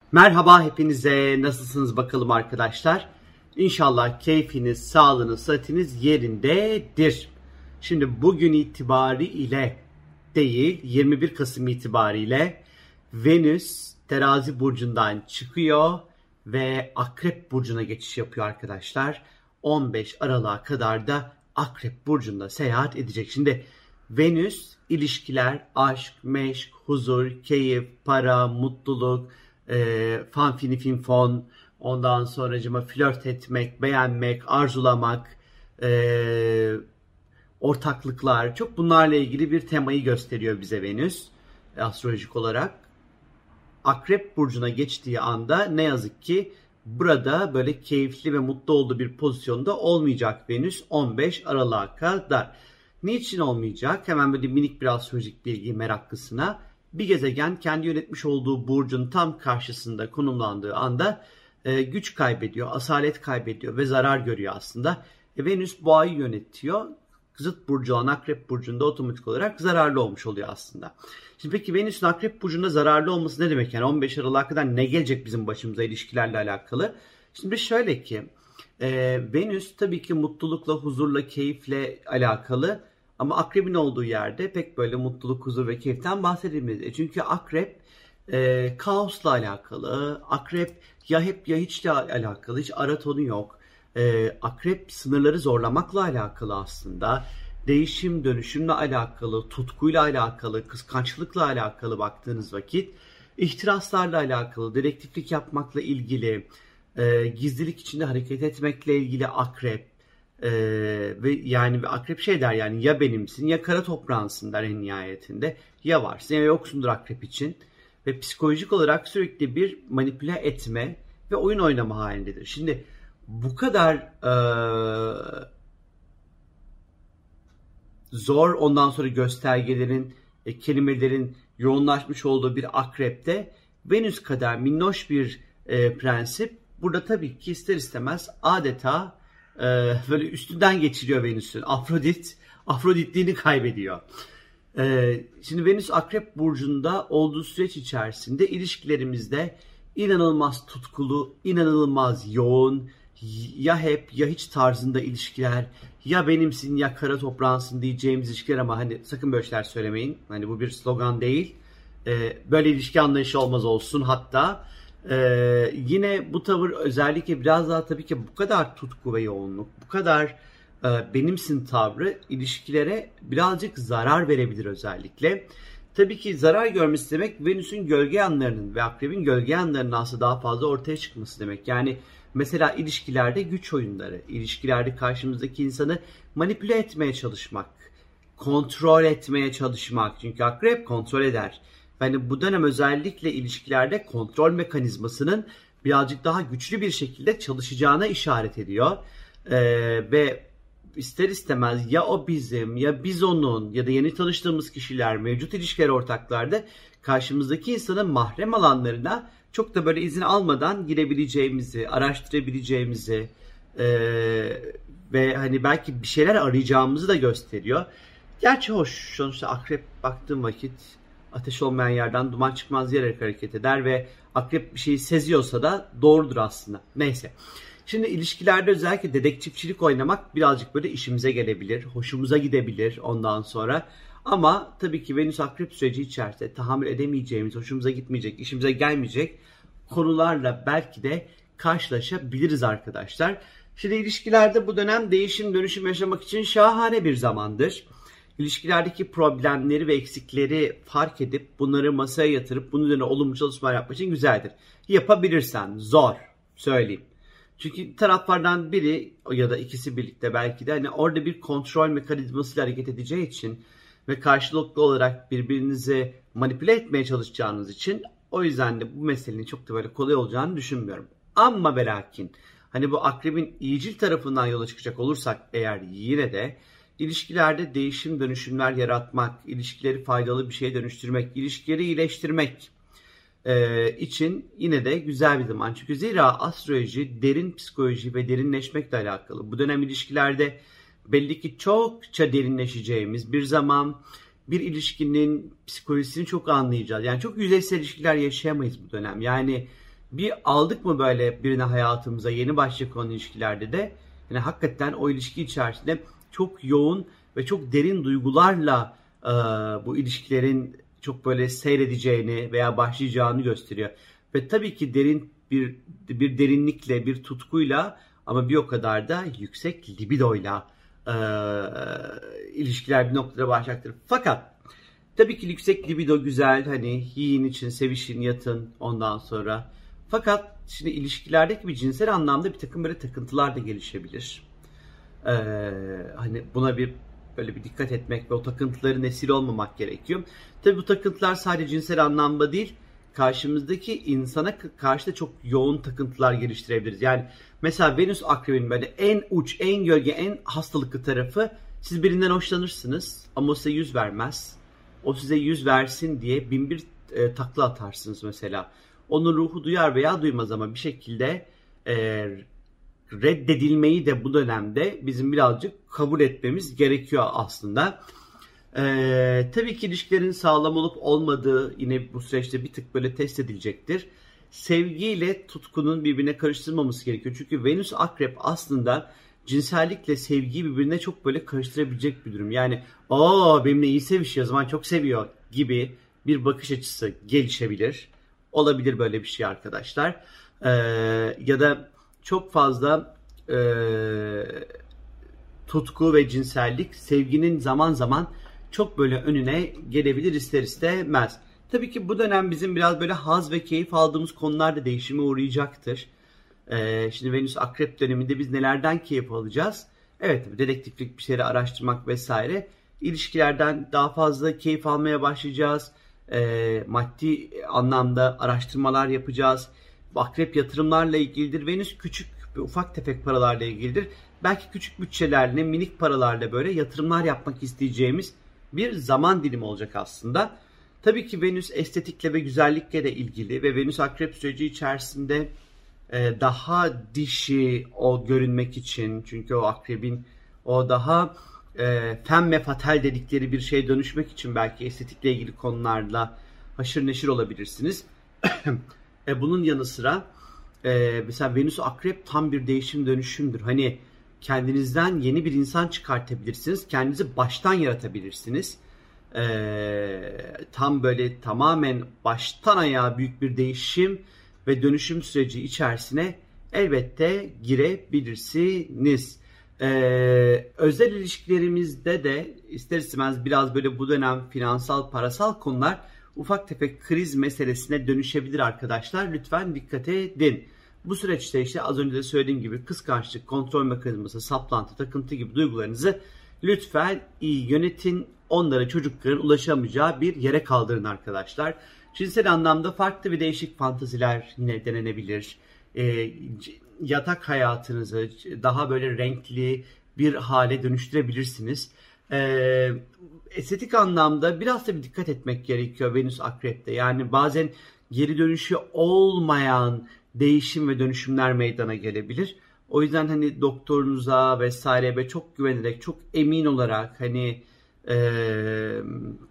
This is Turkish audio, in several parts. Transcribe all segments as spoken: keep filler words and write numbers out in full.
Merhaba hepinize, nasılsınız bakalım arkadaşlar? İnşallah keyfiniz, sağlığınız, sıhhatiniz yerindedir. Şimdi bugün itibariyle değil, yirmi bir Kasım itibariyle Venüs Terazi burcundan çıkıyor ve Akrep burcuna geçiş yapıyor arkadaşlar. on beş Aralık'a kadar da Akrep burcunda seyahat edecek. Şimdi Venüs ilişkiler, aşk, meşk, huzur, keyif, para, mutluluk, e, fanfini finfon, ondan sonracıma flört etmek, beğenmek, arzulamak, e, ortaklıklar, çok bunlarla ilgili bir temayı gösteriyor bize Venüs e, astrolojik olarak. Akrep burcuna geçtiği anda ne yazık ki burada böyle keyifli ve mutlu olduğu bir pozisyonda olmayacak Venüs on beş Aralık'a kadar. Niçin olmayacak? Hemen böyle minik bir astrolojik bilgi meraklısına. Bir gezegen kendi yönetmiş olduğu burcun tam karşısında konumlandığı anda e, güç kaybediyor, asalet kaybediyor ve zarar görüyor aslında. E, Venüs boğayı yönetiyor. Zıt burcu olan Akrep burcunda otomatik olarak zararlı olmuş oluyor aslında. Şimdi peki Venüs'ün Akrep burcunda zararlı olması ne demek? Yani on beş Aralık'a kadar ne gelecek bizim başımıza ilişkilerle alakalı? Şimdi şöyle ki e, Venüs tabii ki mutlulukla, huzurla, keyifle alakalı. Ama Akrep'in olduğu yerde pek böyle mutluluk, huzur ve keyiften bahsedilmez. E çünkü Akrep e, kaosla alakalı. Akrep ya hep ya hiçle alakalı. Hiç ara tonu yok. E, Akrep sınırları zorlamakla alakalı aslında. Değişim, dönüşümle alakalı, tutkuyla alakalı, kıskançlıkla alakalı baktığınız vakit. İhtiraslarla alakalı, dedektiflik yapmakla ilgili, e, gizlilik içinde hareket etmekle ilgili Akrep. Ee, ve yani Akrep şey der, yani ya benimsin ya kara toprağınsın der en nihayetinde. Ya varsın ya yoksundur Akrep için. Ve psikolojik olarak sürekli bir manipüle etme ve oyun oynama halindedir. Şimdi bu kadar e, zor, ondan sonra göstergelerin, e, kelimelerin yoğunlaşmış olduğu bir Akrep'te Venüs kadar minnoş bir e, prensip burada tabii ki ister istemez adeta Ee, böyle üstünden geçiriyor Venüs'ün. Afrodit, Afroditliğini kaybediyor. Ee, şimdi Venüs Akrep burcunda olduğu süreç içerisinde ilişkilerimizde inanılmaz tutkulu, inanılmaz yoğun, ya hep ya hiç tarzında ilişkiler, ya benimsin ya kara toprağınsın diyeceğimiz ilişkiler, ama hani sakın böyle şeyler söylemeyin. Hani bu bir slogan değil. Ee, böyle ilişki anlayışı olmaz olsun hatta. Ee, yine bu tavır özellikle biraz daha tabii ki bu kadar tutku ve yoğunluk, bu kadar e, benimsin tavrı ilişkilere birazcık zarar verebilir özellikle. Tabii ki zarar görmesi demek Venüs'ün gölge yanlarının ve Akrep'in gölge yanlarının aslında daha fazla ortaya çıkması demek. Yani mesela ilişkilerde güç oyunları, ilişkilerde karşımızdaki insanı manipüle etmeye çalışmak, kontrol etmeye çalışmak. Çünkü Akrep kontrol eder. Yani bu dönem özellikle ilişkilerde kontrol mekanizmasının birazcık daha güçlü bir şekilde çalışacağına işaret ediyor. Ee, ve ister istemez ya o bizim ya biz onun ya da yeni tanıştığımız kişiler, mevcut ilişkiler ortaklarda karşımızdaki insanın mahrem alanlarına çok da böyle izin almadan girebileceğimizi, araştırabileceğimizi e, ve hani belki bir şeyler arayacağımızı da gösteriyor. Gerçi hoş, sonuçta Akrep baktığım vakit ateş olmayan yerden duman çıkmaz diyerek hareket eder ve Akrep bir şeyi seziyorsa da doğrudur aslında. Neyse. Şimdi ilişkilerde özellikle dedektifçilik oynamak birazcık böyle işimize gelebilir, hoşumuza gidebilir ondan sonra. Ama tabii ki Venüs Akrep süreci içerisinde tahammül edemeyeceğimiz, hoşumuza gitmeyecek, işimize gelmeyecek konularla belki de karşılaşabiliriz arkadaşlar. Şimdi ilişkilerde bu dönem değişim, dönüşüm yaşamak için şahane bir zamandır. İlişkilerdeki problemleri ve eksikleri fark edip bunları masaya yatırıp bunun üzerine olumlu çalışmalar yapmak için güzeldir. Yapabilirsen, zor söyleyeyim. Çünkü taraflardan biri ya da ikisi birlikte belki de hani orada bir kontrol mekanizmasıyla hareket edeceği için ve karşılıklı olarak birbirinizi manipüle etmeye çalışacağınız için, o yüzden de bu meselenin çok da böyle kolay olacağını düşünmüyorum. Ama ve lakin hani bu Akrebin iyicil tarafından yola çıkacak olursak eğer, yine de İlişkilerde değişim, dönüşümler yaratmak, ilişkileri faydalı bir şeye dönüştürmek, ilişkileri iyileştirmek e, için yine de güzel bir zaman. Çünkü zira astroloji derin psikoloji ve derinleşmekle alakalı. Bu dönem ilişkilerde belli ki çokça derinleşeceğimiz bir zaman, bir ilişkinin psikolojisini çok anlayacağız. Yani çok yüzeysel ilişkiler yaşayamayız bu dönem. Yani Bir aldık mı böyle birine hayatımıza yeni başlayacak olan ilişkilerde de yani hakikaten o ilişki içerisinde çok yoğun ve çok derin duygularla e, bu ilişkilerin çok böyle seyredeceğini veya başlayacağını gösteriyor. Ve tabii ki derin bir bir derinlikle, bir tutkuyla ama bir o kadar da yüksek libidoyla e, ilişkiler bir noktada başlayacaktır. Fakat tabii ki yüksek libido güzel, hani yiyin için, sevişin, yatın ondan sonra. Fakat şimdi ilişkilerdeki bir cinsel anlamda bir takım böyle takıntılar da gelişebilir. Ee, hani buna bir böyle bir dikkat etmek ve o takıntıların esiri olmamak gerekiyor. Tabii bu takıntılar sadece cinsel anlamda değil, karşımızdaki insana karşı da çok yoğun takıntılar geliştirebiliriz. Yani mesela Venüs akrebinin böyle en uç, en gölge, en hastalıklı tarafı, siz birinden hoşlanırsınız ama o size yüz vermez. O size yüz versin diye bin bir e, takla atarsınız mesela. Onun ruhu duyar veya duymaz ama bir şekilde e, reddedilmeyi de bu dönemde bizim birazcık kabul etmemiz gerekiyor aslında. E, tabii ki ilişkilerin sağlam olup olmadığı yine bu süreçte bir tık böyle test edilecektir. Sevgiyle tutkunun birbirine karıştırmaması gerekiyor. Çünkü Venüs Akrep aslında cinsellikle sevgiyi birbirine çok böyle karıştırabilecek bir durum. Yani o benimle iyi sevişiyor, o zaman çok seviyor gibi bir bakış açısı gelişebilir. Olabilir böyle bir şey arkadaşlar. Ee, ya da çok fazla e, tutku ve cinsellik sevginin zaman zaman çok böyle önüne gelebilir ister istemez. Tabii ki bu dönem bizim biraz böyle haz ve keyif aldığımız konularda değişime uğrayacaktır. Ee, şimdi Venüs Akrep döneminde biz nelerden keyif alacağız? Evet, dedektiflik bir şeyleri araştırmak vesaire. İlişkilerden daha fazla keyif almaya başlayacağız. Ee, maddi anlamda araştırmalar yapacağız. Akrep yatırımlarla ilgilidir. Venüs küçük ve ufak tefek paralarla ilgilidir. Belki küçük bütçelerle, minik paralarla böyle yatırımlar yapmak isteyeceğimiz bir zaman dilimi olacak aslında. Tabii ki Venüs estetikle ve güzellikle de ilgili ve Venüs Akrep süreci içerisinde daha dişi o görünmek için, çünkü o akrebin o daha e, femme fatal dedikleri bir şeye dönüşmek için belki estetikle ilgili konularla haşır neşir olabilirsiniz. e, bunun yanı sıra e, mesela Venüs Akrep tam bir değişim dönüşümdür. Hani kendinizden yeni bir insan çıkartabilirsiniz, kendinizi baştan yaratabilirsiniz. E, tam böyle tamamen baştan ayağa büyük bir değişim ve dönüşüm süreci içerisine elbette girebilirsiniz. Ee, özel ilişkilerimizde de ister istemez biraz böyle bu dönem finansal, parasal konular ufak tefek kriz meselesine dönüşebilir arkadaşlar. Lütfen dikkat edin. Bu süreçte işte az önce de söylediğim gibi kıskançlık, kontrol mekanizması, saplantı, takıntı gibi duygularınızı lütfen iyi yönetin. Onlara çocukların ulaşamayacağı bir yere kaldırın arkadaşlar. Cinsel anlamda farklı ve değişik fantaziler yine denenebilir. E, yatak hayatınızı daha böyle renkli bir hale dönüştürebilirsiniz. E, estetik anlamda biraz da bir dikkat etmek gerekiyor Venüs Akrep'te. Yani bazen geri dönüşü olmayan değişim ve dönüşümler meydana gelebilir. O yüzden hani doktorunuza vesaire ve çok güvenerek, çok emin olarak hani eee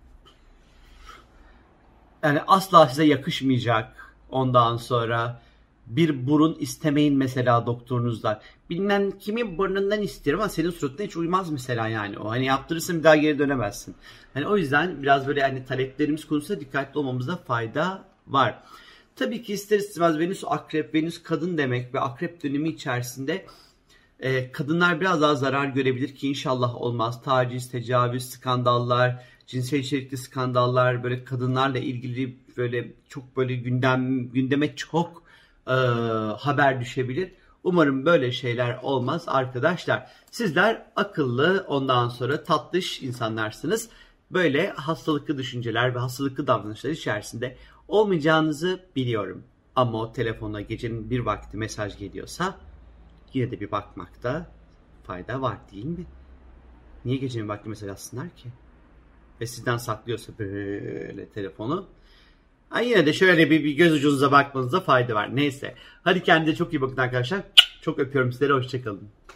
yani asla size yakışmayacak ondan sonra bir burun istemeyin mesela doktorunuzdan. Bilmem kimin burnundan isterim ama senin suratına hiç uymaz mesela yani o. Hani yaptırırsın bir daha geri dönemezsin. Hani o yüzden biraz böyle hani taleplerimiz konusunda dikkatli olmamızda fayda var. Tabii ki ister istemez Venüs Akrep, Venüs kadın demek ve Akrep dönemi içerisinde e, kadınlar biraz daha zarar görebilir ki inşallah olmaz. Taciz, tecavüz, skandallar, cinsel içerikli skandallar, böyle kadınlarla ilgili böyle çok böyle gündem gündeme çok e, haber düşebilir. Umarım böyle şeyler olmaz arkadaşlar. Sizler akıllı, ondan sonra tatlış insanlarsınız. Böyle hastalıklı düşünceler ve hastalıklı davranışlar içerisinde olmayacağınızı biliyorum. Ama o telefona gecenin bir vakti mesaj geliyorsa yine de bir bakmakta fayda var değil mi? Niye gecenin bir vakti mesaj atsınlar ki? Ve sizden saklıyorsa böyle telefonu. Ha yine de şöyle bir, bir göz ucunuza bakmanıza fayda var. Neyse. Hadi kendinize çok iyi bakın arkadaşlar. Çok öpüyorum sizleri. Hoşçakalın.